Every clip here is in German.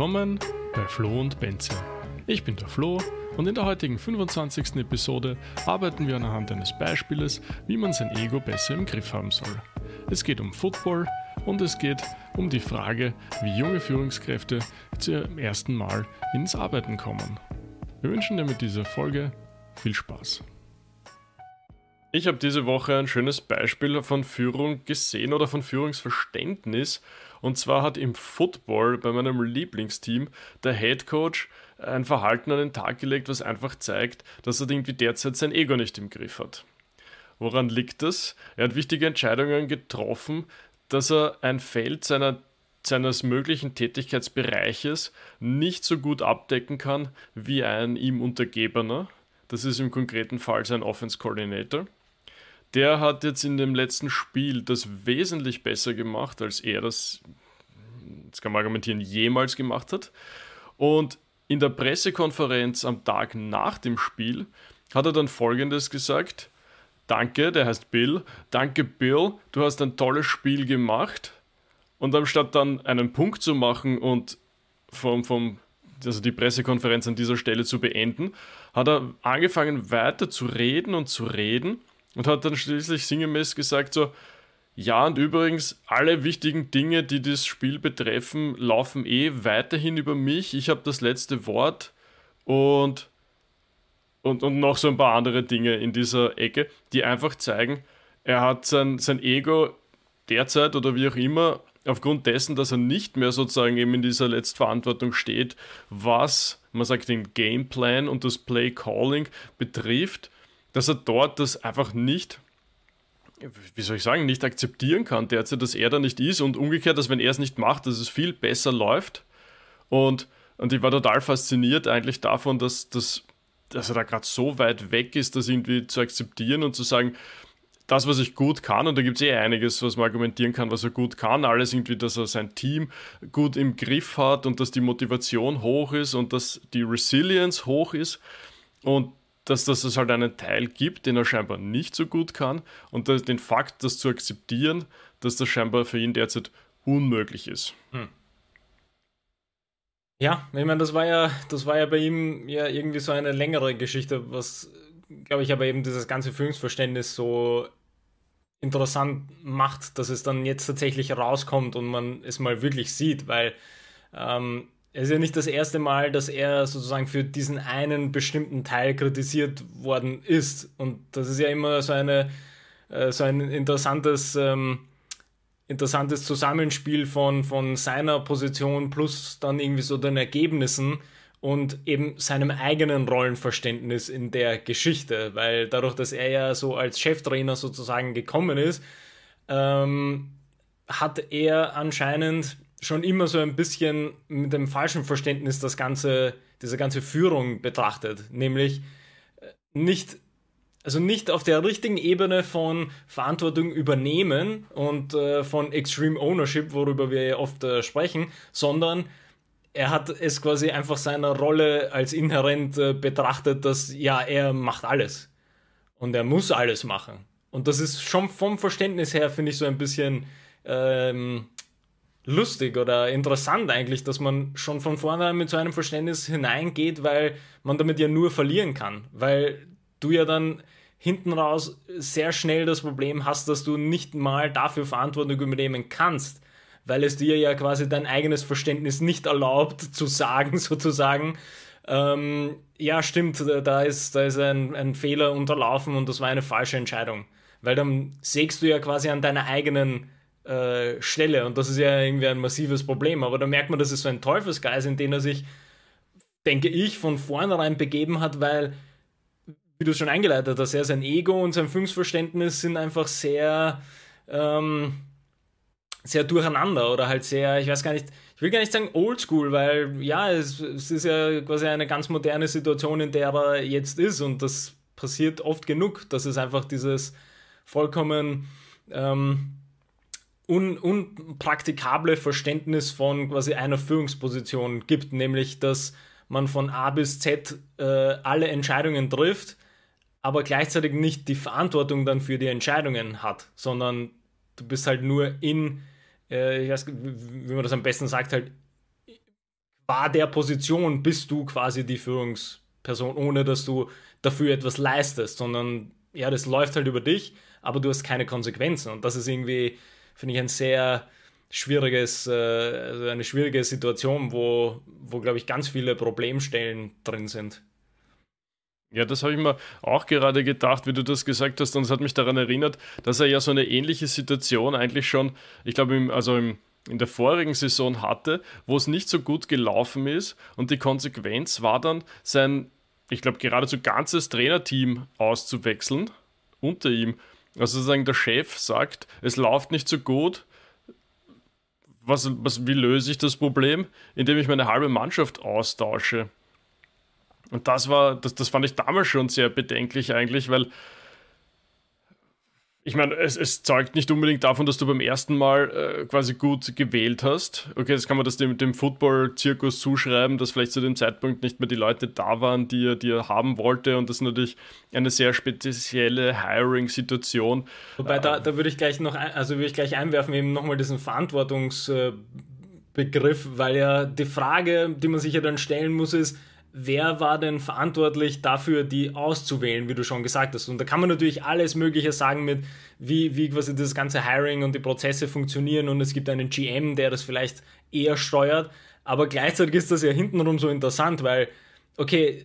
Willkommen bei Flo und Benze. Ich bin der Flo und in der heutigen 25. Episode arbeiten wir anhand eines Beispieles, wie man sein Ego besser im Griff haben soll. Es geht um Football und es geht um die Frage, wie junge Führungskräfte zum ersten Mal ins Arbeiten kommen. Wir wünschen dir mit dieser Folge viel Spaß. Ich habe diese Woche ein schönes Beispiel von Führung gesehen oder von Führungsverständnis. Und zwar hat im Football bei meinem Lieblingsteam der Headcoach ein Verhalten an den Tag gelegt, was einfach zeigt, dass er irgendwie derzeit sein Ego nicht im Griff hat. Woran liegt das? Er hat wichtige Entscheidungen getroffen, dass er ein Feld seines möglichen Tätigkeitsbereiches nicht so gut abdecken kann wie ein ihm Untergebener. Das ist im konkreten Fall sein Offense Coordinator. Der hat jetzt in dem letzten Spiel das wesentlich besser gemacht, als er das, jetzt kann man argumentieren, jemals gemacht hat. Und in der Pressekonferenz am Tag nach dem Spiel hat er dann Folgendes gesagt: Danke, der heißt Bill. Danke, Bill, du hast ein tolles Spiel gemacht. Und anstatt dann einen Punkt zu machen und also die Pressekonferenz an dieser Stelle zu beenden, hat er angefangen weiter zu reden und hat dann schließlich sinngemäß gesagt so: Ja, und übrigens, alle wichtigen Dinge, die das Spiel betreffen, laufen weiterhin über mich. Ich habe das letzte Wort und noch so ein paar andere Dinge in dieser Ecke, die einfach zeigen, er hat sein Ego derzeit oder wie auch immer, aufgrund dessen, dass er nicht mehr sozusagen eben in dieser Letztverantwortung steht, was, man sagt, den Gameplan und das Play Calling betrifft, dass er dort das einfach nicht, wie soll ich sagen, nicht akzeptieren kann derzeit, dass er da nicht ist, und umgekehrt, dass wenn er es nicht macht, dass es viel besser läuft. Und ich war total fasziniert eigentlich davon, dass er da gerade so weit weg ist, das irgendwie zu akzeptieren und zu sagen, das, was ich gut kann, und da gibt es einiges, was man argumentieren kann, was er gut kann, alles irgendwie, dass er sein Team gut im Griff hat und dass die Motivation hoch ist und dass die Resilience hoch ist und dass es halt einen Teil gibt, den er scheinbar nicht so gut kann, und den Fakt, das zu akzeptieren, dass das scheinbar für ihn derzeit unmöglich ist. Ja, ich meine, das war ja bei ihm ja irgendwie so eine längere Geschichte, was, glaube ich, aber eben dieses ganze Führungsverständnis so interessant macht, dass es dann jetzt tatsächlich rauskommt und man es mal wirklich sieht, weil es ist ja nicht das erste Mal, dass er sozusagen für diesen einen bestimmten Teil kritisiert worden ist, und das ist ja immer so ein interessantes Zusammenspiel von seiner Position plus dann irgendwie so den Ergebnissen und eben seinem eigenen Rollenverständnis in der Geschichte, weil dadurch, dass er ja so als Cheftrainer sozusagen gekommen ist, hat er anscheinend schon immer so ein bisschen mit dem falschen Verständnis diese ganze Führung betrachtet, nämlich nicht auf der richtigen Ebene von Verantwortung übernehmen und von Extreme Ownership, worüber wir ja oft sprechen, sondern er hat es quasi einfach seiner Rolle als inhärent betrachtet, dass ja, er macht alles und er muss alles machen. Und das ist schon vom Verständnis her, finde ich, so ein bisschen lustig oder interessant eigentlich, dass man schon von vornherein mit so einem Verständnis hineingeht, weil man damit ja nur verlieren kann, weil du ja dann hinten raus sehr schnell das Problem hast, dass du nicht mal dafür Verantwortung übernehmen kannst, weil es dir ja quasi dein eigenes Verständnis nicht erlaubt zu sagen, sozusagen, ja stimmt, da ist ein Fehler unterlaufen und das war eine falsche Entscheidung, weil dann sägst du ja quasi an deiner eigenen Stelle, und das ist ja irgendwie ein massives Problem, aber da merkt man, das ist so ein Teufelskreis, in den er sich, denke ich, von vornherein begeben hat, weil, wie du es schon eingeleitet hast, sein Ego und sein Führungsverständnis sind einfach sehr sehr durcheinander oder halt sehr, ich will gar nicht sagen oldschool, weil ja, es ist ja quasi eine ganz moderne Situation, in der er jetzt ist, und das passiert oft genug, dass es einfach dieses vollkommen unpraktikable Verständnis von quasi einer Führungsposition gibt, nämlich, dass man von A bis Z alle Entscheidungen trifft, aber gleichzeitig nicht die Verantwortung dann für die Entscheidungen hat, sondern du bist halt nur ich weiß, wie man das am besten sagt, halt qua der Position bist du quasi die Führungsperson, ohne dass du dafür etwas leistest, sondern ja, das läuft halt über dich, aber du hast keine Konsequenzen. Und das ist irgendwie, finde ich, ein sehr also eine schwierige Situation, wo glaube ich, ganz viele Problemstellen drin sind. Ja, das habe ich mir auch gerade gedacht, wie du das gesagt hast, und es hat mich daran erinnert, dass er ja so eine ähnliche Situation eigentlich schon, ich glaube, in der vorigen Saison hatte, wo es nicht so gut gelaufen ist, und die Konsequenz war dann, ich glaube, geradezu ganzes Trainerteam auszuwechseln unter ihm. Also sozusagen der Chef sagt, es läuft nicht so gut. Wie löse ich das Problem? Indem ich meine halbe Mannschaft austausche. Und das fand ich damals schon sehr bedenklich eigentlich, weil ich meine, es zeugt nicht unbedingt davon, dass du beim ersten Mal quasi gut gewählt hast. Okay, jetzt kann man das dem Football-Zirkus zuschreiben, dass vielleicht zu dem Zeitpunkt nicht mehr die Leute da waren, die er haben wollte, und das ist natürlich eine sehr spezielle Hiring-Situation. Wobei da würde ich gleich einwerfen, eben nochmal diesen Verantwortungsbegriff, weil ja die Frage, die man sich ja dann stellen muss, ist, wer war denn verantwortlich dafür, die auszuwählen, wie du schon gesagt hast? Und da kann man natürlich alles Mögliche sagen mit, wie quasi das ganze Hiring und die Prozesse funktionieren, und es gibt einen GM, der das vielleicht eher steuert, aber gleichzeitig ist das ja hintenrum so interessant, weil, okay,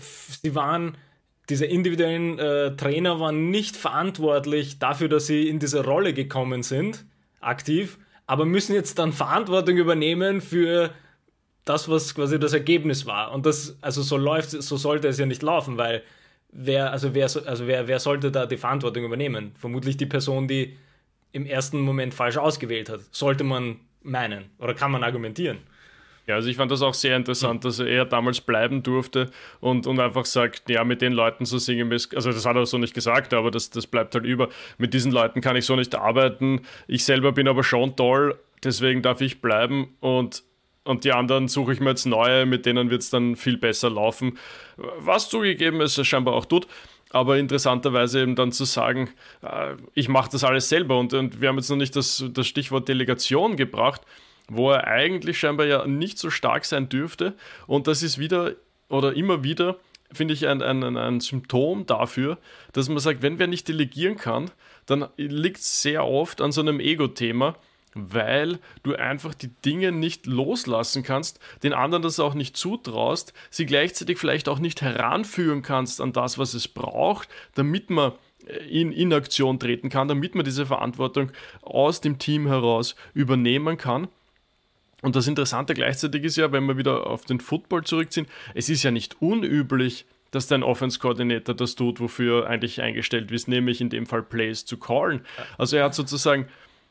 diese individuellen Trainer waren nicht verantwortlich dafür, dass sie in diese Rolle gekommen sind, aktiv, aber müssen jetzt dann Verantwortung übernehmen für das, was quasi das Ergebnis war. Und das, also so sollte es ja nicht laufen, weil wer sollte da die Verantwortung übernehmen? Vermutlich die Person, die im ersten Moment falsch ausgewählt hat. Sollte man meinen. Oder kann man argumentieren? Ja, also ich fand das auch sehr interessant, dass er damals bleiben durfte und einfach sagt, ja, mit den Leuten so sinngemäß, also das hat er so nicht gesagt, aber das bleibt halt über. Mit diesen Leuten kann ich so nicht arbeiten. Ich selber bin aber schon toll, deswegen darf ich bleiben, und die anderen suche ich mir jetzt neue, mit denen wird es dann viel besser laufen. Was zugegeben ist, es scheinbar auch tut. Aber interessanterweise eben dann zu sagen, ich mache das alles selber. Und wir haben jetzt noch nicht das Stichwort Delegation gebracht, wo er eigentlich scheinbar ja nicht so stark sein dürfte. Und das ist immer wieder, finde ich, ein Symptom dafür, dass man sagt, wenn wer nicht delegieren kann, dann liegt es sehr oft an so einem Ego-Thema, weil du einfach die Dinge nicht loslassen kannst, den anderen das auch nicht zutraust, sie gleichzeitig vielleicht auch nicht heranführen kannst an das, was es braucht, damit man in Aktion treten kann, damit man diese Verantwortung aus dem Team heraus übernehmen kann. Und das Interessante gleichzeitig ist ja, wenn wir wieder auf den Football zurückziehen, es ist ja nicht unüblich, dass dein Offense-Coordinator das tut, wofür er eigentlich eingestellt ist, nämlich in dem Fall Plays zu callen. Also er hat sozusagen,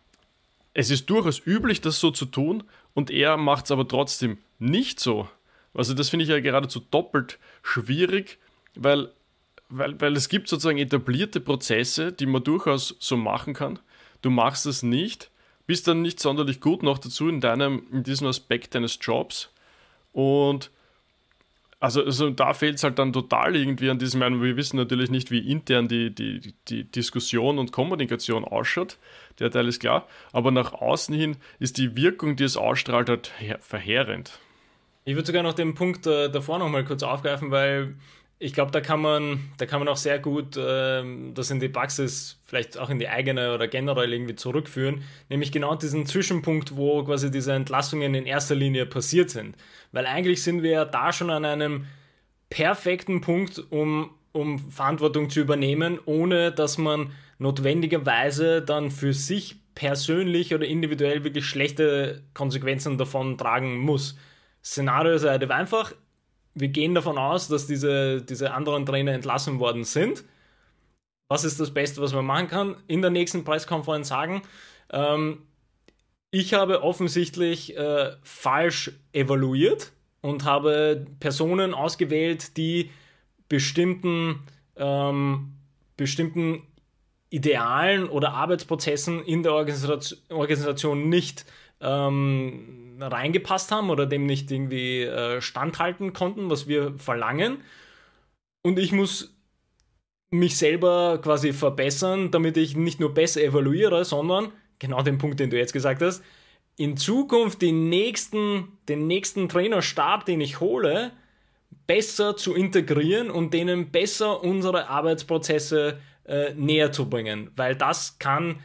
es ist durchaus üblich, das so zu tun, und er macht es aber trotzdem nicht so. Also das finde ich ja geradezu doppelt schwierig, weil es gibt sozusagen etablierte Prozesse, die man durchaus so machen kann. Du machst es nicht, bist dann nicht sonderlich gut noch dazu in diesem Aspekt deines Jobs, und also da fehlt es halt dann total irgendwie an diesem, wir wissen natürlich nicht, wie intern die Diskussion und Kommunikation ausschaut, der Teil ist klar, aber nach außen hin ist die Wirkung, die es ausstrahlt, halt verheerend. Ich würde sogar noch den Punkt davor noch mal kurz aufgreifen, weil ich glaube, da kann man auch sehr gut das in die Praxis, vielleicht auch in die eigene oder generell irgendwie zurückführen, nämlich genau diesen Zwischenpunkt, wo quasi diese Entlassungen in erster Linie passiert sind. Weil eigentlich sind wir ja da schon an einem perfekten Punkt, um Verantwortung zu übernehmen, ohne dass man notwendigerweise dann für sich persönlich oder individuell wirklich schlechte Konsequenzen davon tragen muss. Szenario ist relativ einfach. Wir gehen davon aus, dass diese anderen Trainer entlassen worden sind. Was ist das Beste, was man machen kann? In der nächsten Pressekonferenz sagen, ich habe offensichtlich falsch evaluiert und habe Personen ausgewählt, die bestimmten Idealen oder Arbeitsprozessen in der Organisation nicht reingepasst haben oder dem nicht irgendwie standhalten konnten, was wir verlangen. Und ich muss mich selber quasi verbessern, damit ich nicht nur besser evaluiere, sondern, genau den Punkt, den du jetzt gesagt hast, in Zukunft den nächsten Trainerstab, den ich hole, besser zu integrieren und denen besser unsere Arbeitsprozesse näher zu bringen. Weil das kann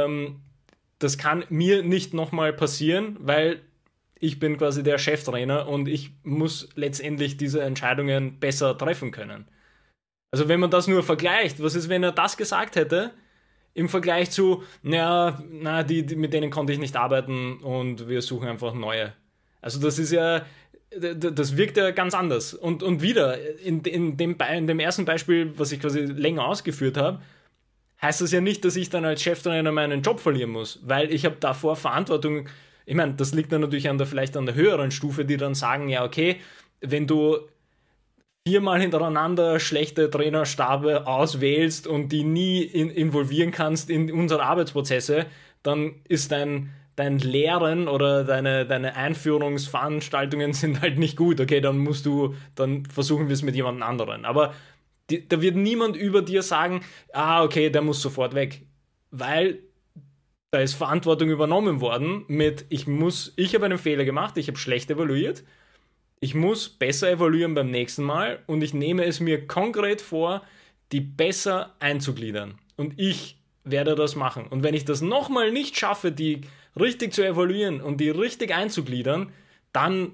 mir nicht nochmal passieren, weil ich bin quasi der Cheftrainer und ich muss letztendlich diese Entscheidungen besser treffen können. Also wenn man das nur vergleicht, was ist, wenn er das gesagt hätte, im Vergleich zu, die mit denen konnte ich nicht arbeiten und wir suchen einfach neue. Also das ist ja, das wirkt ja ganz anders. Und wieder, in dem ersten Beispiel, was ich quasi länger ausgeführt habe, heißt das ja nicht, dass ich dann als Cheftrainer meinen Job verlieren muss, weil ich habe davor Verantwortung. Ich meine, das liegt dann natürlich vielleicht an der höheren Stufe, die dann sagen, ja okay, wenn du 4-mal hintereinander schlechte Trainerstabe auswählst und die nie involvieren kannst in unsere Arbeitsprozesse, dann ist dein Lehren oder deine Einführungsveranstaltungen sind halt nicht gut. Okay, dann versuchen wir es mit jemand anderen. Aber da wird niemand über dir sagen, okay, der muss sofort weg. Weil da ist Verantwortung übernommen worden mit, ich habe einen Fehler gemacht, ich habe schlecht evaluiert, ich muss besser evaluieren beim nächsten Mal und ich nehme es mir konkret vor, die besser einzugliedern. Und ich werde das machen. Und wenn ich das nochmal nicht schaffe, die richtig zu evaluieren und die richtig einzugliedern, dann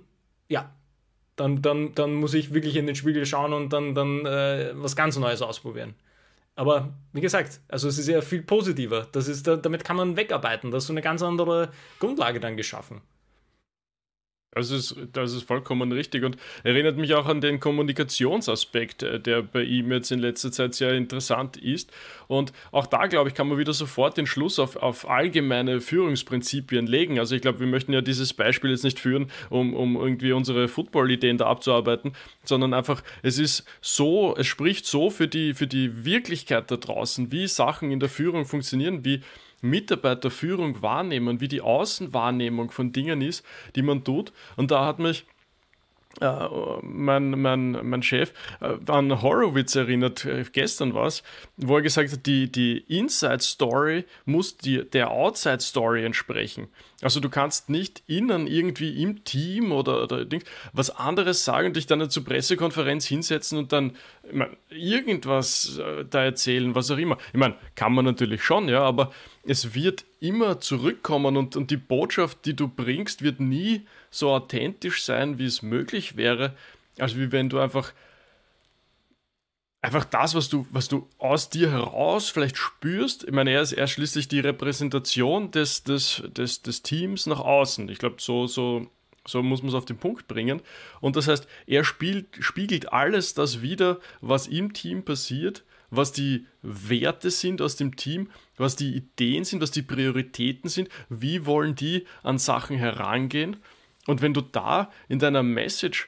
muss ich wirklich in den Spiegel schauen und dann was ganz Neues ausprobieren. Aber wie gesagt, also es ist ja viel positiver. Damit kann man wegarbeiten. Da ist so eine ganz andere Grundlage dann geschaffen. Das ist vollkommen richtig und erinnert mich auch an den Kommunikationsaspekt, der bei ihm jetzt in letzter Zeit sehr interessant ist. Und auch da, glaube ich, kann man wieder sofort den Schluss auf allgemeine Führungsprinzipien legen. Also ich glaube, wir möchten ja dieses Beispiel jetzt nicht führen, um irgendwie unsere Football-Ideen da abzuarbeiten, sondern einfach, es spricht so für die Wirklichkeit da draußen, wie Sachen in der Führung funktionieren, wie Mitarbeiterführung wahrnehmen, wie die Außenwahrnehmung von Dingen ist, die man tut. Und da hat mich mein Chef an Horowitz erinnert, gestern was, wo er gesagt hat, die Inside-Story muss der Outside-Story entsprechen. Also du kannst nicht innen irgendwie im Team oder was anderes sagen und dich dann zur Pressekonferenz hinsetzen und dann irgendwas da erzählen, was auch immer. Ich meine, kann man natürlich schon, ja, aber es wird immer zurückkommen und die Botschaft, die du bringst, wird nie so authentisch sein, wie es möglich wäre, als wie wenn du einfach das, was du aus dir heraus vielleicht spürst. Ich meine, er ist schließlich die Repräsentation des Teams nach außen. Ich glaube, so muss man es auf den Punkt bringen. Und das heißt, er spiegelt alles das wider, was im Team passiert, was die Werte sind aus dem Team, was die Ideen sind, was die Prioritäten sind, wie wollen die an Sachen herangehen. Und wenn du da in deiner Message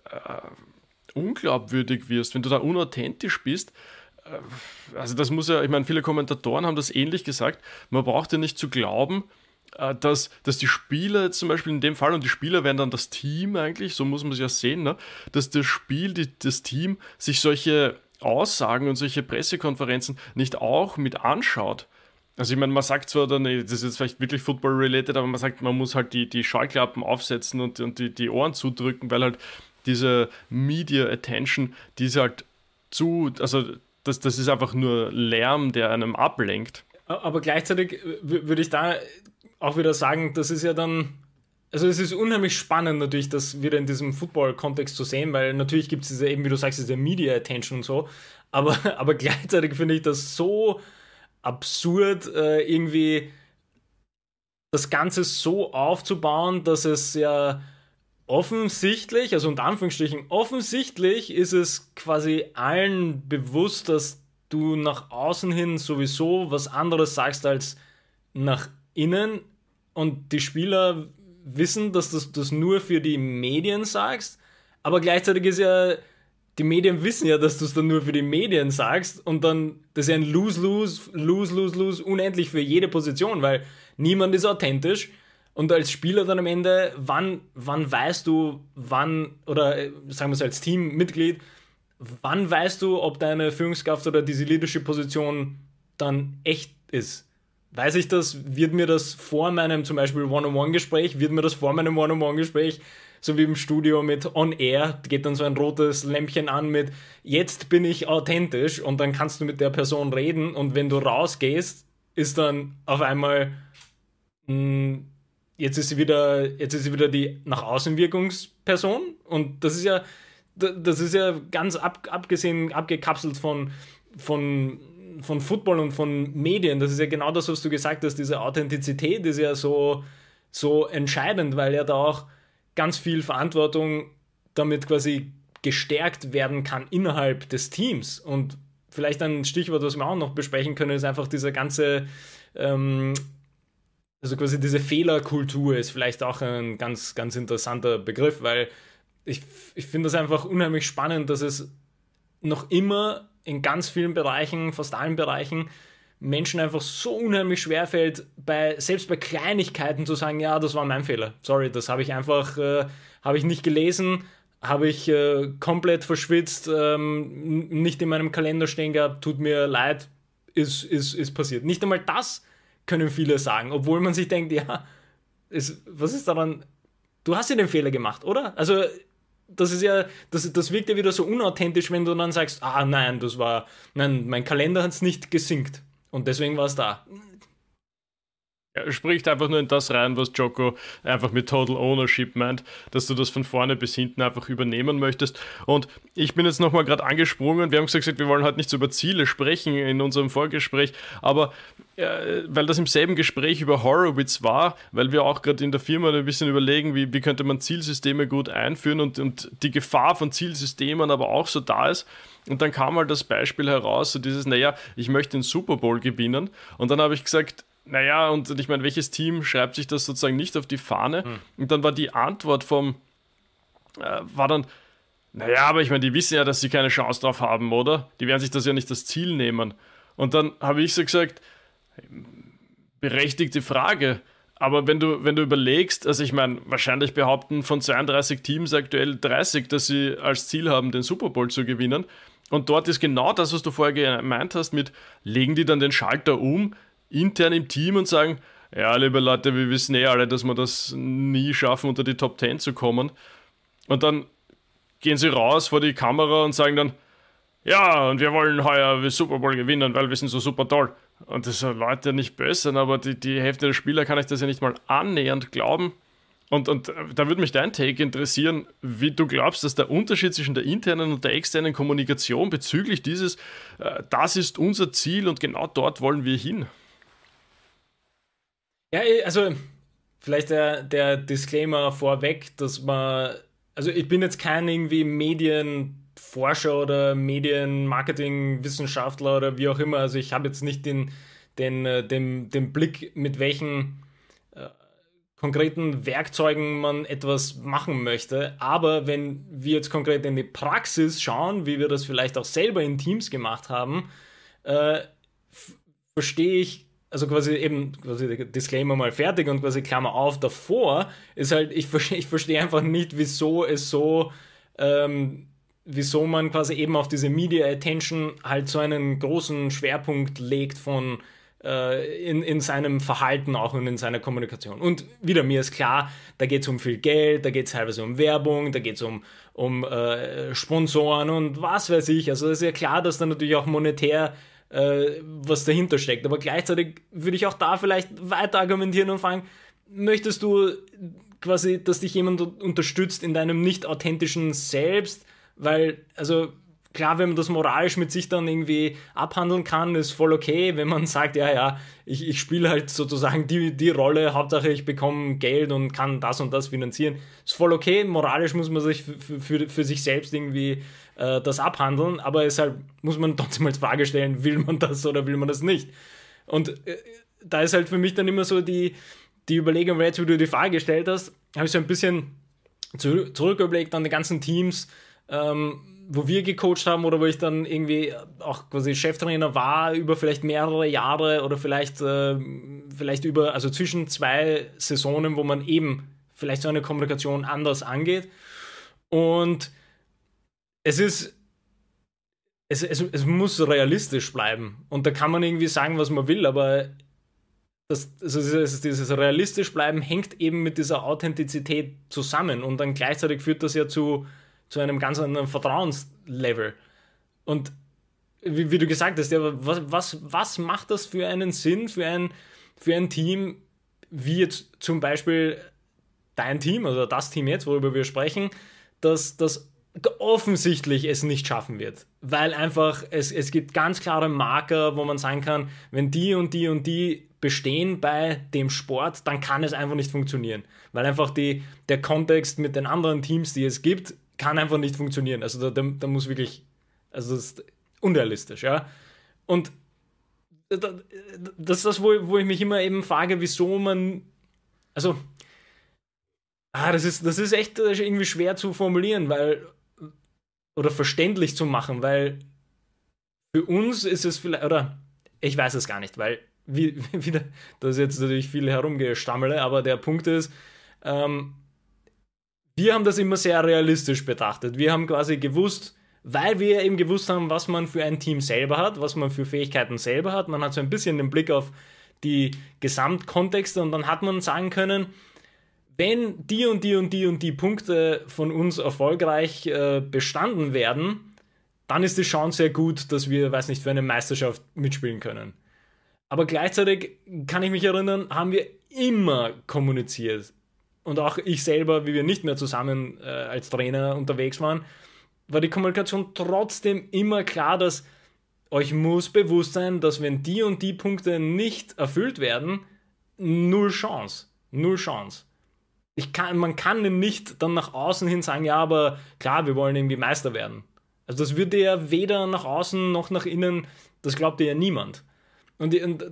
unglaubwürdig wirst, wenn du da unauthentisch bist, also das muss ja, ich meine, viele Kommentatoren haben das ähnlich gesagt, man braucht ja nicht zu glauben, dass die Spieler jetzt zum Beispiel in dem Fall, und die Spieler wären dann das Team eigentlich, so muss man es ja sehen, ne, dass das Team sich solche Aussagen und solche Pressekonferenzen nicht auch mit anschaut. Also ich meine, man sagt zwar dann, das ist jetzt vielleicht wirklich Football-related, aber man sagt, man muss halt die Scheuklappen aufsetzen und die Ohren zudrücken, weil halt diese Media-Attention, die ist halt also das ist einfach nur Lärm, der einem ablenkt. Aber gleichzeitig würde ich da auch wieder sagen, das ist ja dann, also es ist unheimlich spannend natürlich, das wieder in diesem Football-Kontext zu sehen, weil natürlich gibt es diese, eben wie du sagst, diese Media-Attention und so, aber gleichzeitig finde ich das so absurd, irgendwie das Ganze so aufzubauen, dass es ja offensichtlich, also unter Anführungsstrichen offensichtlich, ist es quasi allen bewusst, dass du nach außen hin sowieso was anderes sagst als nach innen und die Spieler wissen, dass du das nur für die Medien sagst, aber gleichzeitig ist ja, die Medien wissen ja, dass du es dann nur für die Medien sagst und dann, das ist ja ein Lose unendlich für jede Position, weil niemand ist authentisch und als Spieler dann am Ende, wann weißt du, oder sagen wir es als Teammitglied, wann weißt du, ob deine Führungskraft oder diese Leadership-Position dann echt ist? weiß ich das, wird mir das vor meinem zum Beispiel One-on-One-Gespräch, so wie im Studio mit On Air, geht dann so ein rotes Lämpchen an mit jetzt bin ich authentisch und dann kannst du mit der Person reden und wenn du rausgehst, ist dann auf einmal jetzt ist sie wieder die nach Außenwirkungsperson und das ist ja ganz abgekapselt von Football und von Medien. Das ist ja genau das, was du gesagt hast, diese Authentizität ist ja so entscheidend, weil ja da auch ganz viel Verantwortung damit quasi gestärkt werden kann innerhalb des Teams. Und vielleicht ein Stichwort, was wir auch noch besprechen können, ist einfach diese ganze, also quasi diese Fehlerkultur ist vielleicht auch ein ganz, ganz interessanter Begriff, weil ich finde das einfach unheimlich spannend, dass es noch immer in ganz vielen Bereichen, fast allen Bereichen, Menschen einfach so unheimlich schwerfällt, selbst bei Kleinigkeiten zu sagen, ja, das war mein Fehler. Sorry, das habe ich einfach, habe ich nicht gelesen, habe ich komplett verschwitzt, nicht in meinem Kalender stehen gehabt, tut mir leid, ist passiert. Nicht einmal das können viele sagen, obwohl man sich denkt, ja, was ist daran, du hast ja den Fehler gemacht, oder? Also das ist ja, das wirkt ja wieder so unauthentisch, wenn du dann sagst, nein, mein Kalender hat es nicht gesynkt und deswegen war es da. Er spricht einfach nur in das rein, was Jocko einfach mit Total Ownership meint, dass du das von vorne bis hinten einfach übernehmen möchtest. Und ich bin jetzt nochmal gerade angesprungen, wir haben gesagt, wir wollen halt nicht so über Ziele sprechen in unserem Vorgespräch, aber weil das im selben Gespräch über Horowitz war, weil wir auch gerade in der Firma ein bisschen überlegen, wie könnte man Zielsysteme gut einführen und die Gefahr von Zielsystemen aber auch so da ist. Und dann kam halt das Beispiel heraus, so dieses, ich möchte den Super Bowl gewinnen. Und dann habe ich gesagt, und ich meine, welches Team schreibt sich das sozusagen nicht auf die Fahne? Und dann war die Antwort war dann, aber ich meine, die wissen ja, dass sie keine Chance drauf haben, oder? Die werden sich das ja nicht als Ziel nehmen. Und dann habe ich so gesagt, berechtigte Frage, aber wenn du überlegst, also ich meine, wahrscheinlich behaupten von 32 Teams aktuell 30, dass sie als Ziel haben, den Super Bowl zu gewinnen. Und dort ist genau das, was du vorher gemeint hast, mit legen die dann den Schalter um, intern im Team und sagen, ja, liebe Leute, wir wissen alle, dass wir das nie schaffen, unter die Top 10 zu kommen. Und dann gehen sie raus vor die Kamera und sagen dann, ja, und wir wollen heuer den Super Bowl gewinnen, weil wir sind so super toll. Und das sind Leute nicht böse, aber die Hälfte der Spieler kann ich das ja nicht mal annähernd glauben. Und da würde mich dein Take interessieren, wie du glaubst, dass der Unterschied zwischen der internen und der externen Kommunikation bezüglich dieses, das ist unser Ziel und genau dort wollen wir hin. Ja, also vielleicht der Disclaimer vorweg, dass also ich bin jetzt kein irgendwie Medienforscher oder Medienmarketingwissenschaftler oder wie auch immer, also ich habe jetzt nicht den Blick, mit welchen konkreten Werkzeugen man etwas machen möchte, aber wenn wir jetzt konkret in die Praxis schauen, wie wir das vielleicht auch selber in Teams gemacht haben, verstehe ich, also quasi Disclaimer mal fertig und quasi Klammer auf, davor ist halt, ich verstehe einfach nicht, wieso man quasi eben auf diese Media Attention halt so einen großen Schwerpunkt legt in seinem Verhalten auch und in seiner Kommunikation. Und wieder, mir ist klar, da geht es um viel Geld, da geht es teilweise um Werbung, da geht es um Sponsoren und was weiß ich. Also es ist ja klar, dass da natürlich auch monetär was dahinter steckt. Aber gleichzeitig würde ich auch da vielleicht weiter argumentieren und fragen, möchtest du quasi, dass dich jemand unterstützt in deinem nicht authentischen Selbst? Weil, also klar, wenn man das moralisch mit sich dann irgendwie abhandeln kann, ist voll okay, wenn man sagt, ich spiele halt sozusagen die Rolle, Hauptsache ich bekomme Geld und kann das und das finanzieren. Ist voll okay, moralisch muss man sich für sich selbst irgendwie das abhandeln, aber deshalb muss man trotzdem als Frage stellen, will man das oder will man das nicht? Und da ist halt für mich dann immer so die Überlegung, weil jetzt, wie du die Frage gestellt hast, habe ich so ein bisschen zurückgeblickt an die ganzen Teams, wo wir gecoacht haben oder wo ich dann irgendwie auch quasi Cheftrainer war über vielleicht mehrere Jahre oder vielleicht über, also zwischen 2 Saisonen, wo man eben vielleicht so eine Kommunikation anders angeht. Und es muss realistisch bleiben. Und da kann man irgendwie sagen, was man will, aber dieses realistisch bleiben hängt eben mit dieser Authentizität zusammen und dann gleichzeitig führt das ja zu einem ganz anderen Vertrauenslevel. Und wie du gesagt hast, ja, was macht das für einen Sinn für ein Team, wie jetzt zum Beispiel dein Team oder das Team jetzt, worüber wir sprechen, dass das offensichtlich es nicht schaffen wird. Weil einfach es gibt ganz klare Marker, wo man sagen kann, wenn die und die und die bestehen bei dem Sport, dann kann es einfach nicht funktionieren. Weil einfach der Kontext mit den anderen Teams, die es gibt, kann einfach nicht funktionieren. Also da muss wirklich, also das ist unrealistisch, ja. Und das ist das, wo ich mich immer eben frage, wieso man, also das ist echt irgendwie schwer zu formulieren, oder verständlich zu machen, weil für uns ist es vielleicht, oder ich weiß es gar nicht, weil wieder, da ist jetzt natürlich viel herumgestammele, aber der Punkt ist, wir haben das immer sehr realistisch betrachtet. Wir haben quasi gewusst, weil wir eben gewusst haben, was man für ein Team selber hat, was man für Fähigkeiten selber hat. Man hat so ein bisschen den Blick auf die Gesamtkontexte und dann hat man sagen können, wenn die und die und die und die Punkte von uns erfolgreich bestanden werden, dann ist die Chance sehr gut, dass wir, weiß nicht, für eine Meisterschaft mitspielen können. Aber gleichzeitig kann ich mich erinnern, haben wir immer kommuniziert. Und auch ich selber, wie wir nicht mehr zusammen als Trainer unterwegs waren, war die Kommunikation trotzdem immer klar, dass euch muss bewusst sein, dass wenn die und die Punkte nicht erfüllt werden, null Chance. Null Chance. Man kann nicht dann nach außen hin sagen, ja, aber klar, wir wollen irgendwie Meister werden. Also das würde ja weder nach außen noch nach innen, das glaubt ja niemand. Und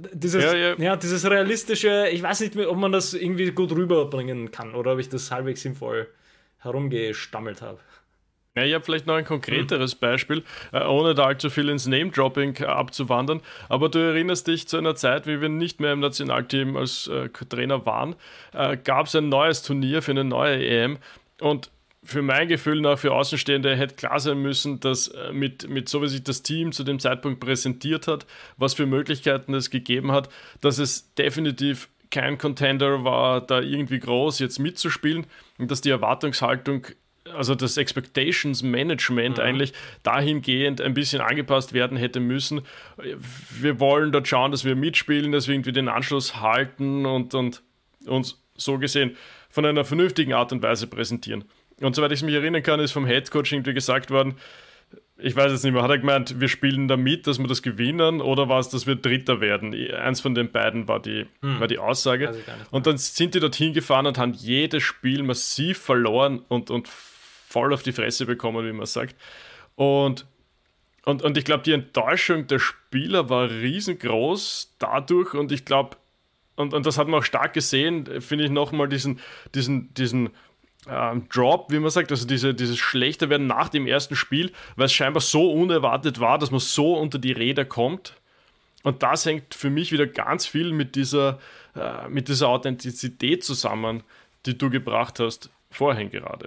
dieses realistische, ich weiß nicht, ob man das irgendwie gut rüberbringen kann oder ob ich das halbwegs sinnvoll herumgestammelt habe. Ja, ich habe vielleicht noch ein konkreteres Beispiel, ohne da allzu viel ins Name-Dropping abzuwandern, aber du erinnerst dich zu einer Zeit, wie wir nicht mehr im Nationalteam als Trainer waren, gab es ein neues Turnier für eine neue EM und für mein Gefühl nach, für Außenstehende hätte klar sein müssen, dass mit so wie sich das Team zu dem Zeitpunkt präsentiert hat, was für Möglichkeiten es gegeben hat, dass es definitiv kein Contender war, da irgendwie groß jetzt mitzuspielen und dass die Erwartungshaltung, also das Expectations Management eigentlich dahingehend ein bisschen angepasst werden hätte müssen. Wir wollen dort schauen, dass wir mitspielen, dass wir irgendwie den Anschluss halten und uns so gesehen von einer vernünftigen Art und Weise präsentieren. Und soweit ich mich erinnern kann, ist vom Headcoach irgendwie gesagt worden, ich weiß jetzt nicht mehr, hat er gemeint, wir spielen da mit, dass wir das gewinnen, oder war es, dass wir Dritter werden? Eins von den beiden war die Aussage. Also und dann sind die dorthin gefahren und haben jedes Spiel massiv verloren und voll auf die Fresse bekommen, wie man sagt. Und ich glaube, die Enttäuschung der Spieler war riesengroß dadurch und ich glaube, und das hat man auch stark gesehen, finde ich nochmal diesen Drop, wie man sagt, also dieses schlechter werden nach dem ersten Spiel, weil es scheinbar so unerwartet war, dass man so unter die Räder kommt. Und das hängt für mich wieder ganz viel mit dieser Authentizität zusammen, die du gebracht hast, vorhin gerade.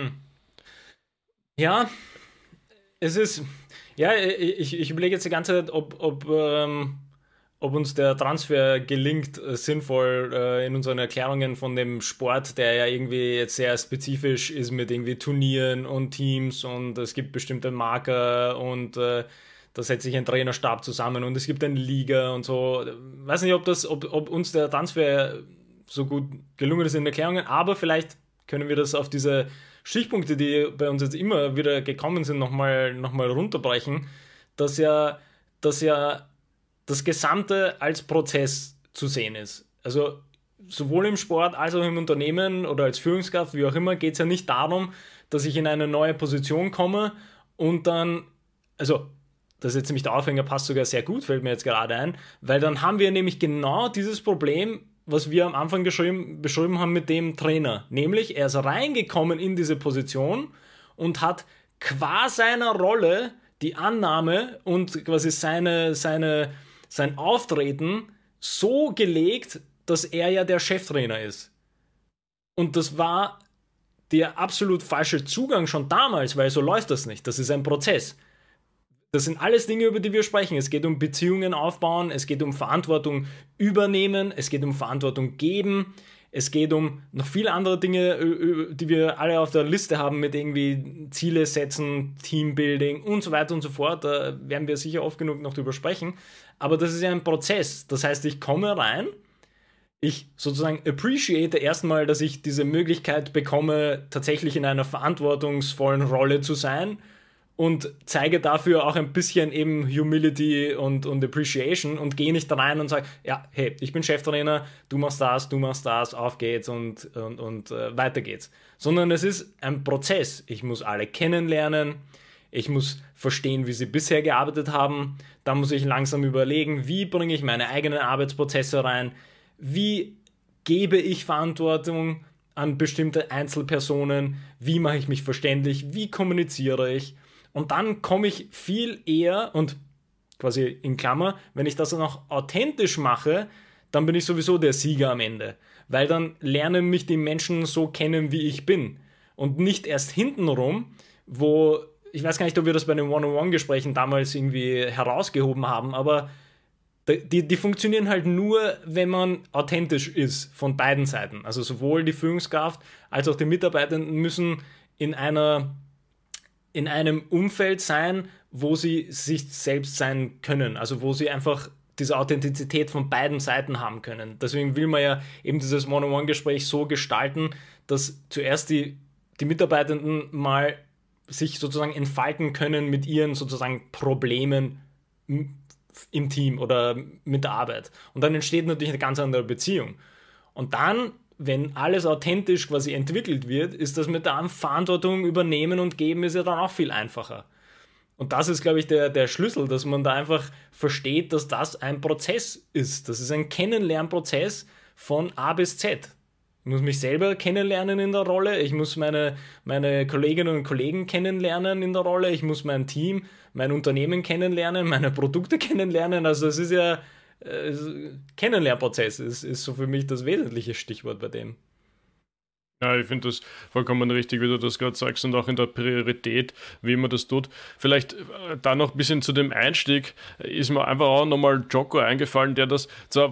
Ja, es ist, ja, ich überlege jetzt die ganze Zeit, ob uns der Transfer gelingt, sinnvoll in unseren Erklärungen von dem Sport, der ja irgendwie jetzt sehr spezifisch ist mit irgendwie Turnieren und Teams und es gibt bestimmte Marker und da setzt sich ein Trainerstab zusammen und es gibt eine Liga und so. Ich weiß nicht, ob uns der Transfer so gut gelungen ist in Erklärungen, aber vielleicht können wir das auf diese Stichpunkte, die bei uns jetzt immer wieder gekommen sind, nochmal runterbrechen, dass ja das Gesamte als Prozess zu sehen ist. Also sowohl im Sport als auch im Unternehmen oder als Führungskraft, wie auch immer, geht es ja nicht darum, dass ich in eine neue Position komme und dann, also das ist jetzt nämlich der Aufhänger, passt sogar sehr gut, fällt mir jetzt gerade ein, weil dann haben wir nämlich genau dieses Problem, was wir am Anfang beschrieben haben mit dem Trainer. Nämlich, er ist reingekommen in diese Position und hat qua seiner Rolle die Annahme und quasi sein Auftreten so gelegt, dass er ja der Cheftrainer ist. Und das war der absolut falsche Zugang schon damals, weil so läuft das nicht. Das ist ein Prozess. Das sind alles Dinge, über die wir sprechen. Es geht um Beziehungen aufbauen, es geht um Verantwortung übernehmen, es geht um Verantwortung geben, es geht um noch viele andere Dinge, die wir alle auf der Liste haben, mit irgendwie Ziele setzen, Teambuilding und so weiter und so fort. Da werden wir sicher oft genug noch drüber sprechen. Aber das ist ja ein Prozess. Das heißt, ich komme rein, ich sozusagen appreciate erstmal, dass ich diese Möglichkeit bekomme, tatsächlich in einer verantwortungsvollen Rolle zu sein, und zeige dafür auch ein bisschen eben Humility und Appreciation und gehe nicht rein und sage, ja, hey, ich bin Cheftrainer, du machst das, auf geht's und weiter geht's. Sondern es ist ein Prozess. Ich muss alle kennenlernen, ich muss verstehen, wie sie bisher gearbeitet haben, dann muss ich langsam überlegen, wie bringe ich meine eigenen Arbeitsprozesse rein, wie gebe ich Verantwortung an bestimmte Einzelpersonen, wie mache ich mich verständlich, wie kommuniziere ich. Und dann komme ich viel eher, und quasi in Klammer, wenn ich das noch authentisch mache, dann bin ich sowieso der Sieger am Ende. Weil dann lernen mich die Menschen so kennen, wie ich bin. Und nicht erst hintenrum, wo, ich weiß gar nicht, ob wir das bei den One-on-One-Gesprächen damals irgendwie herausgehoben haben, aber die funktionieren halt nur, wenn man authentisch ist von beiden Seiten. Also sowohl die Führungskraft als auch die Mitarbeitenden müssen in einem Umfeld sein, wo sie sich selbst sein können, also wo sie einfach diese Authentizität von beiden Seiten haben können. Deswegen will man ja eben dieses One-on-One-Gespräch so gestalten, dass zuerst die Mitarbeitenden mal sich sozusagen entfalten können mit ihren sozusagen Problemen im Team oder mit der Arbeit. Und dann entsteht natürlich eine ganz andere Beziehung. Und dann, wenn alles authentisch quasi entwickelt wird, ist das mit der Verantwortung übernehmen und geben ist ja dann auch viel einfacher. Und das ist, glaube ich, der Schlüssel, dass man da einfach versteht, dass das ein Prozess ist. Das ist ein Kennenlernprozess von A bis Z. Ich muss mich selber kennenlernen in der Rolle, ich muss meine Kolleginnen und Kollegen kennenlernen in der Rolle, ich muss mein Team, mein Unternehmen kennenlernen, meine Produkte kennenlernen. Also es ist ja Kennenlernprozess ist so für mich das wesentliche Stichwort bei dem. Ja, ich finde das vollkommen richtig, wie du das gerade sagst, und auch in der Priorität, wie man das tut. Vielleicht da noch ein bisschen zu dem Einstieg, ist mir einfach auch nochmal Jocko eingefallen, der das zwar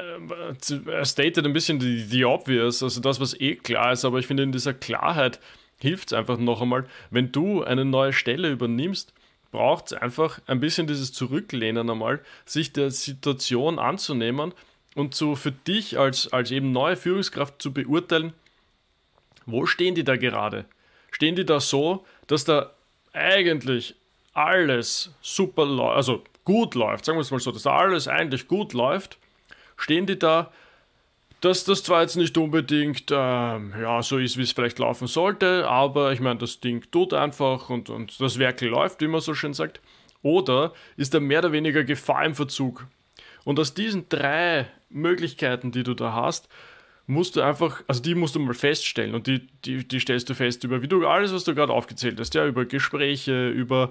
stated ein bisschen the obvious, also das, was eh klar ist, aber ich finde, in dieser Klarheit hilft es einfach noch einmal, wenn du eine neue Stelle übernimmst, braucht es einfach ein bisschen dieses Zurücklehnen einmal, sich der Situation anzunehmen und so für dich als eben neue Führungskraft zu beurteilen, wo stehen die da gerade? Stehen die da so, dass da eigentlich alles super läuft, also gut läuft, sagen wir es mal so, dass da alles eigentlich gut läuft? Stehen die da, dass das zwar jetzt nicht unbedingt so ist, wie es vielleicht laufen sollte, aber ich meine, das Ding tut einfach und das Werk läuft, wie man so schön sagt? Oder ist da mehr oder weniger Gefahr im Verzug? Und aus diesen 3 Möglichkeiten, die du da hast, musst du einfach, also die musst du mal feststellen, und die stellst du fest über, wie du alles, was du gerade aufgezählt hast, ja, über Gespräche, über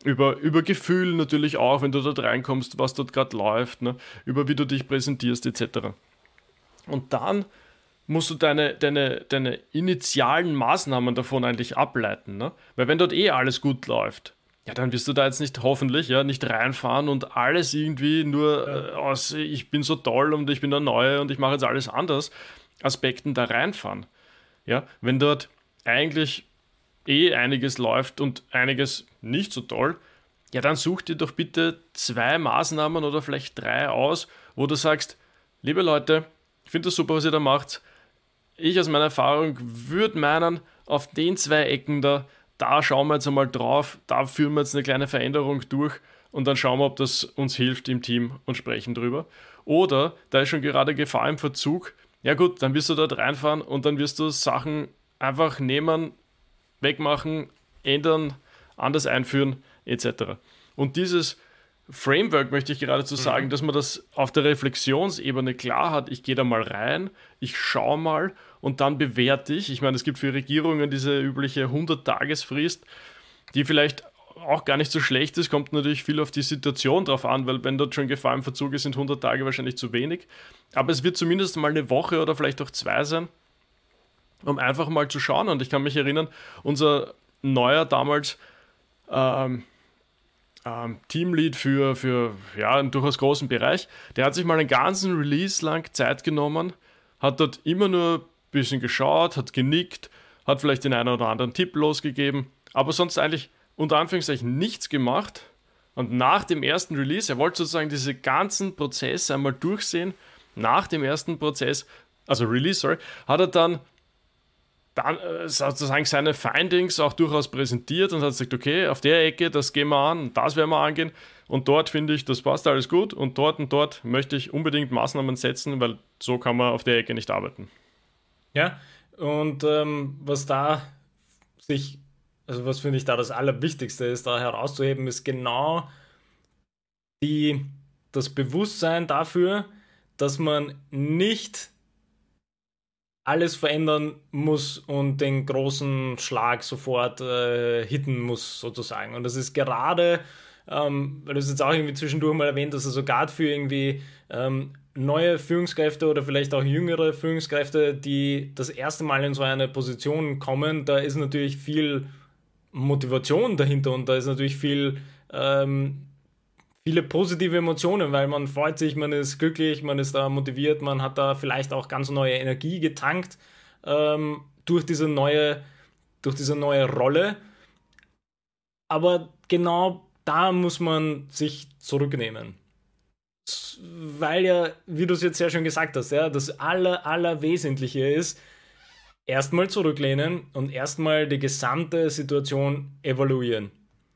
Gefühl natürlich auch, wenn du dort reinkommst, was dort gerade läuft, ne? Über wie du dich präsentierst etc. Und dann musst du deine initialen Maßnahmen davon eigentlich ableiten, ne? Weil wenn dort alles gut läuft, ja, dann wirst du da jetzt nicht, hoffentlich, ja, nicht reinfahren und alles irgendwie nur aus, ich bin so toll und ich bin der Neue und ich mache jetzt alles anders, Aspekten da reinfahren. Ja, wenn dort eigentlich einiges läuft und einiges nicht so toll, ja, dann such dir doch bitte 2 Maßnahmen oder vielleicht 3 aus, wo du sagst, liebe Leute, ich finde das super, was ihr da macht. Ich aus meiner Erfahrung würde meinen, auf den 2 Ecken da schauen wir jetzt einmal drauf, da führen wir jetzt eine kleine Veränderung durch und dann schauen wir, ob das uns hilft im Team und sprechen drüber. Oder da ist schon gerade Gefahr im Verzug. Ja gut, dann wirst du dort reinfahren und dann wirst du Sachen einfach nehmen, wegmachen, ändern, anders einführen etc. Und dieses Framework möchte ich geradezu sagen, dass man das auf der Reflexionsebene klar hat. Ich gehe da mal rein, ich schaue mal und dann bewerte ich. Ich meine, es gibt für Regierungen diese übliche 100-Tagesfrist, die vielleicht auch gar nicht so schlecht ist, kommt natürlich viel auf die Situation drauf an, weil wenn dort schon Gefahr im Verzug ist, sind 100 Tage wahrscheinlich zu wenig. Aber es wird zumindest mal eine Woche oder vielleicht auch 2 sein, um einfach mal zu schauen. Und ich kann mich erinnern, unser Neuer damals, Teamlead für einen durchaus großen Bereich. Der hat sich mal einen ganzen Release lang Zeit genommen, hat dort immer nur ein bisschen geschaut, hat genickt, hat vielleicht den einen oder anderen Tipp losgegeben, aber sonst eigentlich unter Anführungszeichen nichts gemacht. Und nach dem ersten Release, er wollte sozusagen diese ganzen Prozesse einmal durchsehen, nach dem ersten Prozess, also Release, sorry, hat er dann sozusagen seine Findings auch durchaus präsentiert und hat gesagt, okay, auf der Ecke, das gehen wir an, das werden wir angehen und dort finde ich, das passt alles gut und dort möchte ich unbedingt Maßnahmen setzen, weil so kann man auf der Ecke nicht arbeiten. Ja, und was finde ich da das Allerwichtigste ist, da herauszuheben, ist genau das Bewusstsein dafür, dass man nicht alles verändern muss und den großen Schlag sofort hitten muss, sozusagen. Und das ist gerade, weil du es jetzt auch irgendwie zwischendurch mal erwähnt hast, also gerade für irgendwie neue Führungskräfte oder vielleicht auch jüngere Führungskräfte, die das erste Mal in so eine Position kommen, da ist natürlich viel Motivation dahinter und da ist natürlich viele positive Emotionen, weil man freut sich, man ist glücklich, man ist da motiviert, man hat da vielleicht auch ganz neue Energie getankt durch diese neue Rolle. Aber genau da muss man sich zurücknehmen. Weil ja, wie du es jetzt sehr schön gesagt hast, ja, das Allerwesentliche ist, erstmal zurücklehnen und erstmal die gesamte Situation evaluieren.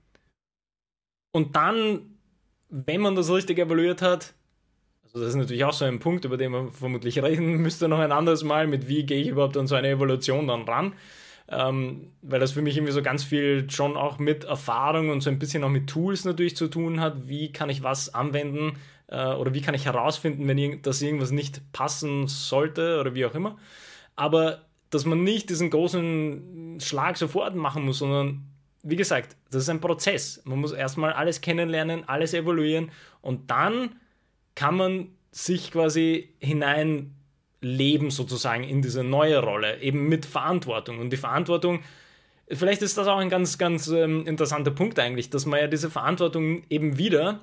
Und dann, wenn man das richtig evaluiert hat, also das ist natürlich auch so ein Punkt, über den man vermutlich reden müsste noch ein anderes Mal, mit wie gehe ich überhaupt an so eine Evaluation dann ran, weil das für mich irgendwie so ganz viel schon auch mit Erfahrung und so ein bisschen auch mit Tools natürlich zu tun hat, wie kann ich was anwenden oder wie kann ich herausfinden, dass irgendwas nicht passen sollte oder wie auch immer, aber dass man nicht diesen großen Schlag sofort machen muss, sondern wie gesagt, das ist ein Prozess. Man muss erstmal alles kennenlernen, alles evaluieren und dann kann man sich quasi hineinleben sozusagen in diese neue Rolle, eben mit Verantwortung. Und die Verantwortung, vielleicht ist das auch ein ganz, ganz interessanter Punkt eigentlich, dass man ja diese Verantwortung eben wieder,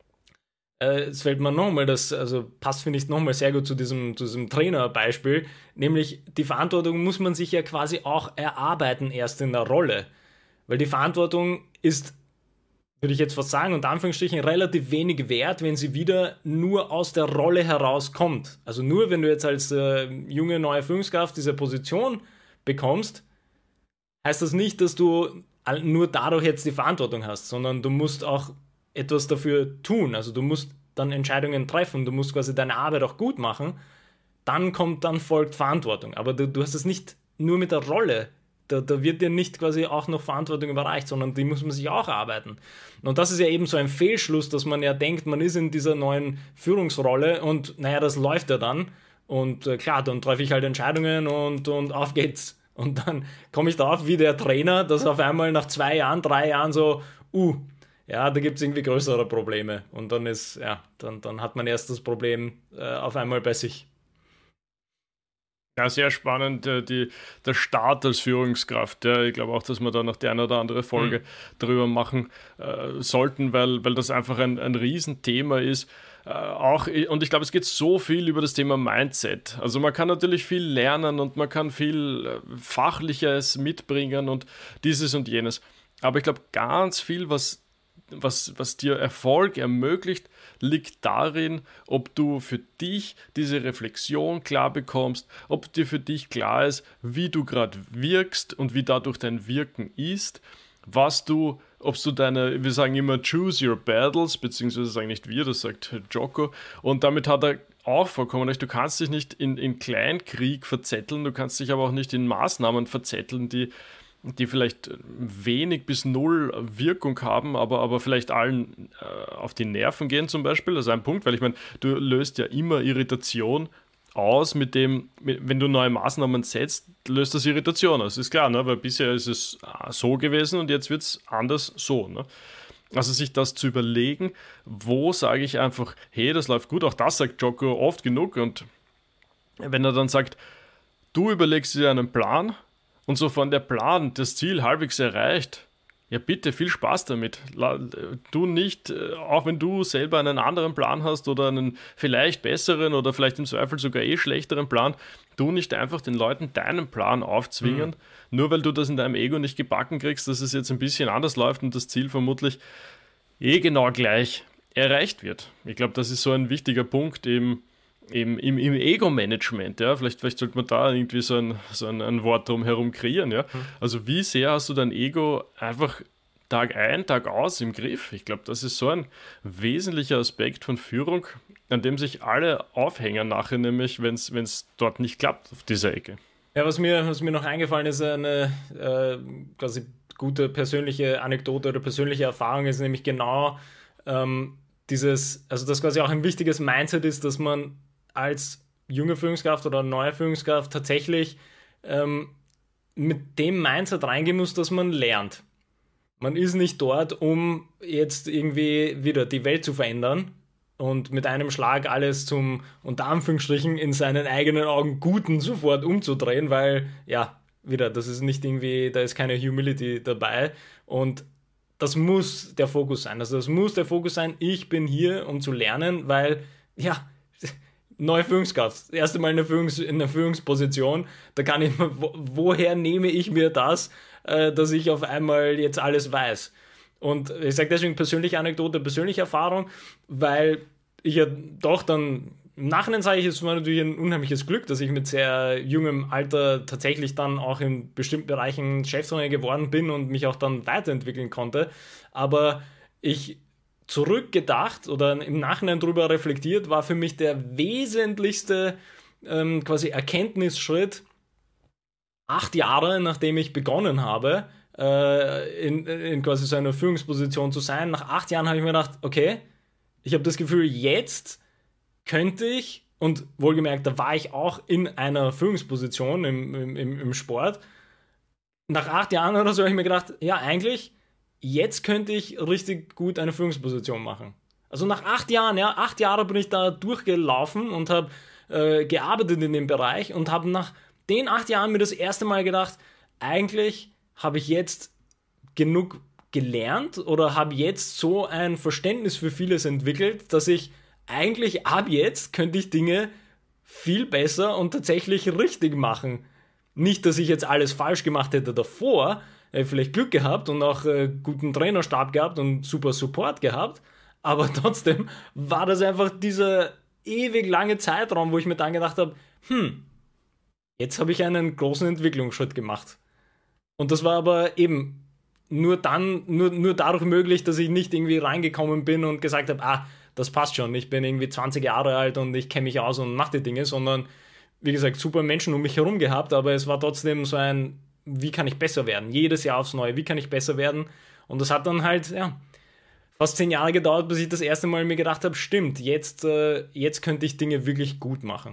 es fällt mir nochmal, also passt finde ich nochmal sehr gut zu diesem Trainerbeispiel, nämlich die Verantwortung muss man sich ja quasi auch erarbeiten erst in der Rolle. Weil die Verantwortung ist, würde ich jetzt fast sagen, unter Anführungsstrichen relativ wenig wert, wenn sie wieder nur aus der Rolle herauskommt. Also nur, wenn du jetzt als junge neue Führungskraft diese Position bekommst, heißt das nicht, dass du nur dadurch jetzt die Verantwortung hast, sondern du musst auch etwas dafür tun. Also du musst dann Entscheidungen treffen, du musst quasi deine Arbeit auch gut machen. Dann folgt Verantwortung. Aber du hast es nicht nur mit der Rolle. Da wird dir nicht quasi auch noch Verantwortung überreicht, sondern die muss man sich auch erarbeiten. Und das ist ja eben so ein Fehlschluss, dass man ja denkt, man ist in dieser neuen Führungsrolle und naja, das läuft ja dann. Und klar, dann treffe ich halt Entscheidungen und auf geht's. Und dann komme ich drauf, wie der Trainer, dass auf einmal nach 2 Jahren, 3 Jahren so, ja, da gibt es irgendwie größere Probleme. Und dann dann hat man erst das Problem auf einmal bei sich. Ja, sehr spannend, der Start als Führungskraft. Ja, ich glaube auch, dass wir da noch die eine oder andere Folge drüber machen sollten, weil das einfach ein Riesenthema ist. Und ich glaube, es geht so viel über das Thema Mindset. Also man kann natürlich viel lernen und man kann viel Fachliches mitbringen und dieses und jenes. Aber ich glaube, ganz viel, was dir Erfolg ermöglicht, liegt darin, ob du für dich diese Reflexion klar bekommst, ob dir für dich klar ist, wie du gerade wirkst und wie dadurch dein Wirken ist, ob du wir sagen immer choose your battles, beziehungsweise sagen nicht wir, das sagt Jocko, und damit hat er auch vollkommen recht, du kannst dich nicht in Kleinkrieg verzetteln, du kannst dich aber auch nicht in Maßnahmen verzetteln, die vielleicht wenig bis null Wirkung haben, aber vielleicht allen auf die Nerven gehen zum Beispiel. Das ist ein Punkt, weil ich meine, du löst ja immer Irritation aus wenn du neue Maßnahmen setzt, löst das Irritation aus. Ist klar, ne? Weil bisher ist es so gewesen und jetzt wird es anders so. Ne? Also sich das zu überlegen, wo sage ich einfach, hey, das läuft gut, auch das sagt Jocko oft genug und wenn er dann sagt, du überlegst dir einen Plan, und so von der Plan das Ziel halbwegs erreicht, Ja, bitte, viel Spaß damit. Du nicht, auch wenn du selber einen anderen Plan hast oder einen vielleicht besseren oder vielleicht im Zweifel sogar schlechteren Plan, du nicht einfach den Leuten deinen Plan aufzwingen, nur weil du das in deinem Ego nicht gebacken kriegst, dass es jetzt ein bisschen anders läuft und das Ziel vermutlich genau gleich erreicht wird. Ich glaube, das ist so ein wichtiger Punkt im Ego-Management, ja, vielleicht sollte man da irgendwie so ein Wort drum herum kreieren, ja. Also wie sehr hast du dein Ego einfach Tag ein, Tag aus im Griff? Ich glaube, das ist so ein wesentlicher Aspekt von Führung, an dem sich alle aufhängen nachher, nämlich wenn es dort nicht klappt auf dieser Ecke. Ja, was mir noch eingefallen ist, eine quasi gute persönliche Anekdote oder persönliche Erfahrung ist nämlich genau also dass quasi auch ein wichtiges Mindset ist, dass man als junge Führungskraft oder neue Führungskraft tatsächlich mit dem Mindset reingehen muss, dass man lernt. Man ist nicht dort, um jetzt irgendwie wieder die Welt zu verändern und mit einem Schlag alles zum, unter Anführungsstrichen, in seinen eigenen Augen Guten sofort umzudrehen, weil, ja, wieder, das ist nicht irgendwie, da ist keine Humility dabei und das muss der Fokus sein. Also das muss der Fokus sein, ich bin hier, um zu lernen, weil, ja, neue Führungskraft, das erste Mal in der Führungsposition, da kann ich, woher nehme ich mir das, dass ich auf einmal jetzt alles weiß? Und ich sage deswegen persönliche Anekdote, persönliche Erfahrung, weil ich ja doch dann, im Nachhinein sage ich, es war natürlich ein unheimliches Glück, dass ich mit sehr jungem Alter tatsächlich dann auch in bestimmten Bereichen Cheftrainer geworden bin und mich auch dann weiterentwickeln konnte. Aber ich zurückgedacht oder im Nachhinein darüber reflektiert, war für mich der wesentlichste quasi Erkenntnisschritt 8 Jahre, nachdem ich begonnen habe, in quasi so einer Führungsposition zu sein. Nach 8 Jahren habe ich mir gedacht, okay, ich habe das Gefühl, jetzt könnte ich, und wohlgemerkt, da war ich auch in einer Führungsposition im Sport, nach 8 Jahren oder so habe ich mir gedacht, ja, eigentlich, jetzt könnte ich richtig gut eine Führungsposition machen. Also nach 8 Jahren, ja, 8 Jahre bin ich da durchgelaufen und habe gearbeitet in dem Bereich und habe nach den 8 Jahren mir das erste Mal gedacht, eigentlich habe ich jetzt genug gelernt oder habe jetzt so ein Verständnis für vieles entwickelt, dass ich eigentlich ab jetzt könnte ich Dinge viel besser und tatsächlich richtig machen. Nicht, dass ich jetzt alles falsch gemacht hätte davor, vielleicht Glück gehabt und auch guten Trainerstab gehabt und super Support gehabt, aber trotzdem war das einfach dieser ewig lange Zeitraum, wo ich mir dann gedacht habe, jetzt habe ich einen großen Entwicklungsschritt gemacht. Und das war aber eben nur dadurch möglich, dass ich nicht irgendwie reingekommen bin und gesagt habe, das passt schon, ich bin irgendwie 20 Jahre alt und ich kenne mich aus und mache die Dinge, sondern, wie gesagt, super Menschen um mich herum gehabt, aber es war trotzdem so ein, wie kann ich besser werden? Jedes Jahr aufs Neue, wie kann ich besser werden? Und das hat dann halt, ja, fast 10 Jahre gedauert, bis ich das erste Mal mir gedacht habe, stimmt, jetzt könnte ich Dinge wirklich gut machen.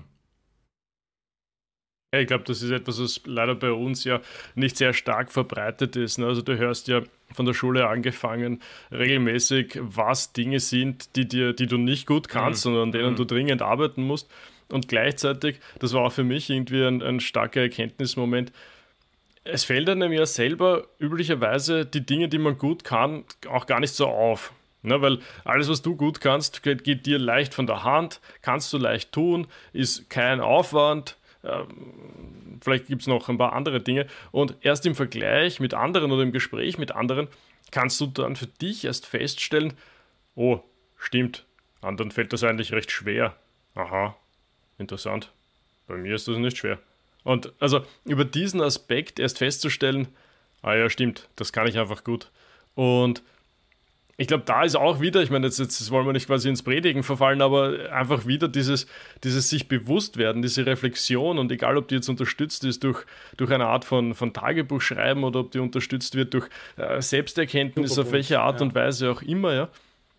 Ja, ich glaube, das ist etwas, was leider bei uns ja nicht sehr stark verbreitet ist. Ne? Also du hörst ja von der Schule angefangen regelmäßig, was Dinge sind, die du nicht gut kannst, sondern an denen du dringend arbeiten musst. Und gleichzeitig, das war auch für mich irgendwie ein starker Erkenntnismoment, es fällt einem ja selber üblicherweise die Dinge, die man gut kann, auch gar nicht so auf. Ne, weil alles, was du gut kannst, geht dir leicht von der Hand, kannst du leicht tun, ist kein Aufwand. Vielleicht gibt es noch ein paar andere Dinge. Und erst im Vergleich mit anderen oder im Gespräch mit anderen kannst du dann für dich erst feststellen, oh, stimmt, anderen fällt das eigentlich recht schwer. Aha, interessant. Bei mir ist das nicht schwer. Und also über diesen Aspekt erst festzustellen, ja, stimmt, das kann ich einfach gut. Und ich glaube, da ist auch wieder, ich meine, jetzt wollen wir nicht quasi ins Predigen verfallen, aber einfach wieder dieses sich bewusst werden, diese Reflexion, und egal, ob die jetzt unterstützt ist durch eine Art von Tagebuch schreiben oder ob die unterstützt wird durch Selbsterkenntnis, auf welche Art und Weise auch immer, ja.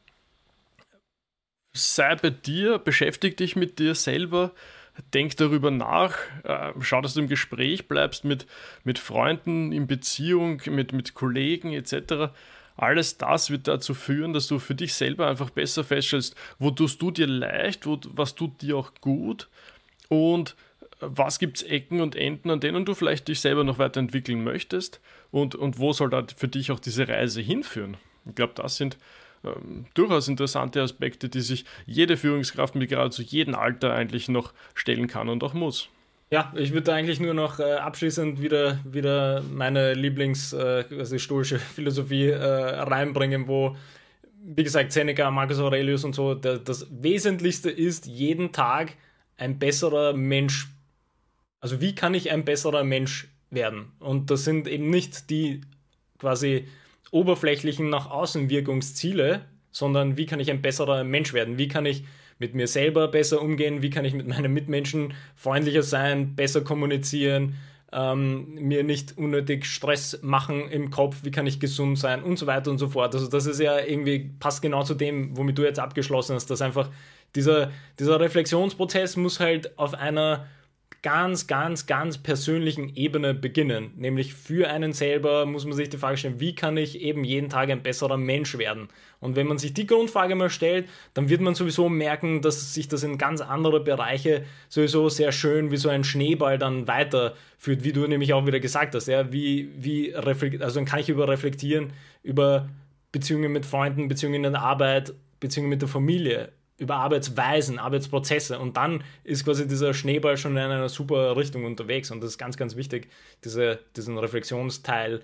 Sei bei dir, beschäftige dich mit dir selber, denk darüber nach, schau, dass du im Gespräch bleibst mit Freunden, in Beziehung, mit Kollegen etc. Alles das wird dazu führen, dass du für dich selber einfach besser feststellst, wo tust du dir leicht, was tut dir auch gut und was gibt es Ecken und Enden, an denen du vielleicht dich selber noch weiterentwickeln möchtest und wo soll da für dich auch diese Reise hinführen? Ich glaube, das sind durchaus interessante Aspekte, die sich jede Führungskraft mit gerade zu jedem Alter eigentlich noch stellen kann und auch muss. Ja, ich würde eigentlich nur noch abschließend wieder meine stoische Philosophie reinbringen, wo, wie gesagt, Seneca, Marcus Aurelius und so, das Wesentlichste ist, jeden Tag ein besserer Mensch. Also wie kann ich ein besserer Mensch werden? Und das sind eben nicht die quasi oberflächlichen nach außen Wirkungsziele, sondern wie kann ich ein besserer Mensch werden? Wie kann ich mit mir selber besser umgehen? Wie kann ich mit meinen Mitmenschen freundlicher sein, besser kommunizieren, mir nicht unnötig Stress machen im Kopf? Wie kann ich gesund sein? Und so weiter und so fort. Also das ist ja irgendwie, passt genau zu dem, womit du jetzt abgeschlossen hast, dass einfach dieser Reflexionsprozess muss halt auf einer ganz, ganz, ganz persönlichen Ebene beginnen. Nämlich für einen selber muss man sich die Frage stellen, wie kann ich eben jeden Tag ein besserer Mensch werden? Und wenn man sich die Grundfrage mal stellt, dann wird man sowieso merken, dass sich das in ganz andere Bereiche sowieso sehr schön wie so ein Schneeball dann weiterführt, wie du nämlich auch wieder gesagt hast. Ja? Also dann kann ich reflektieren über Beziehungen mit Freunden, Beziehungen in der Arbeit, Beziehungen mit der Familie, über Arbeitsweisen, Arbeitsprozesse, und dann ist quasi dieser Schneeball schon in einer super Richtung unterwegs, und das ist ganz, ganz wichtig, diesen Reflexionsteil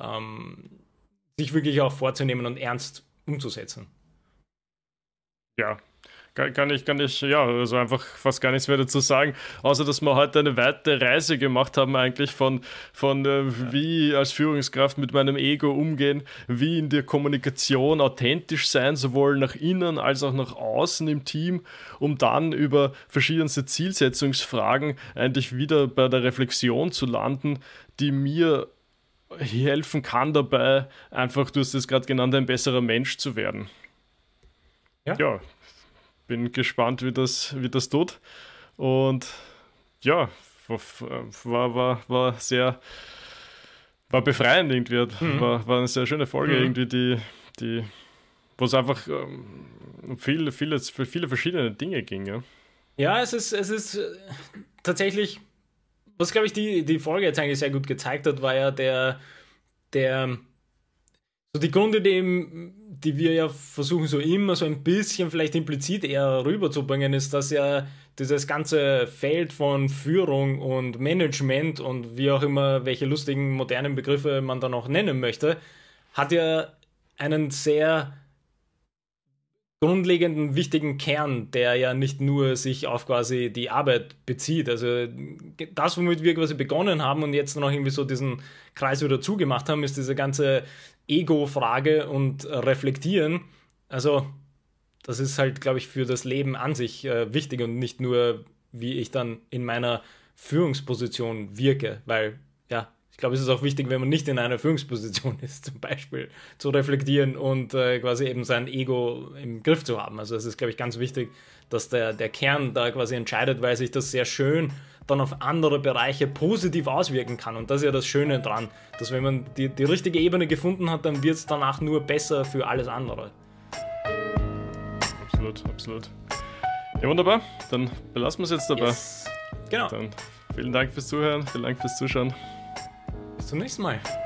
sich wirklich auch vorzunehmen und ernst umzusetzen. Ja, kann ich, ja, also einfach fast gar nichts mehr dazu sagen, außer dass wir heute eine weite Reise gemacht haben eigentlich von wie als Führungskraft mit meinem Ego umgehen, wie in der Kommunikation authentisch sein, sowohl nach innen als auch nach außen im Team, um dann über verschiedenste Zielsetzungsfragen eigentlich wieder bei der Reflexion zu landen, die mir helfen kann dabei, einfach, du hast es gerade genannt, ein besserer Mensch zu werden. Ja. Bin gespannt, wie das tut. Und ja, war befreiend irgendwie. War eine sehr schöne Folge irgendwie, wo es einfach um viele verschiedene Dinge ging. Ja, ja, es ist tatsächlich, was glaube ich die Folge jetzt eigentlich sehr gut gezeigt hat, war ja so die Grundidee, die wir ja versuchen so immer so ein bisschen vielleicht implizit eher rüberzubringen, ist, dass ja dieses ganze Feld von Führung und Management und wie auch immer, welche lustigen modernen Begriffe man da noch nennen möchte, hat ja einen sehr grundlegenden, wichtigen Kern, der ja nicht nur sich auf quasi die Arbeit bezieht. Also das, womit wir quasi begonnen haben und jetzt noch irgendwie so diesen Kreis wieder zugemacht haben, ist diese ganze Ego-Frage und Reflektieren. Also das ist halt, glaube ich, für das Leben an sich wichtig und nicht nur, wie ich dann in meiner Führungsposition wirke, weil ja, ich glaube, es ist auch wichtig, wenn man nicht in einer Führungsposition ist, zum Beispiel zu reflektieren und quasi eben sein Ego im Griff zu haben. Also es ist, glaube ich, ganz wichtig, dass der Kern da quasi entscheidet, weil sich das sehr schön dann auf andere Bereiche positiv auswirken kann. Und das ist ja das Schöne dran, dass wenn man die richtige Ebene gefunden hat, dann wird es danach nur besser für alles andere. Absolut. Ja, wunderbar. Dann belassen wir es jetzt dabei. Yes. Genau. Dann vielen Dank fürs Zuhören, vielen Dank fürs Zuschauen. Bis zum nächsten Mal.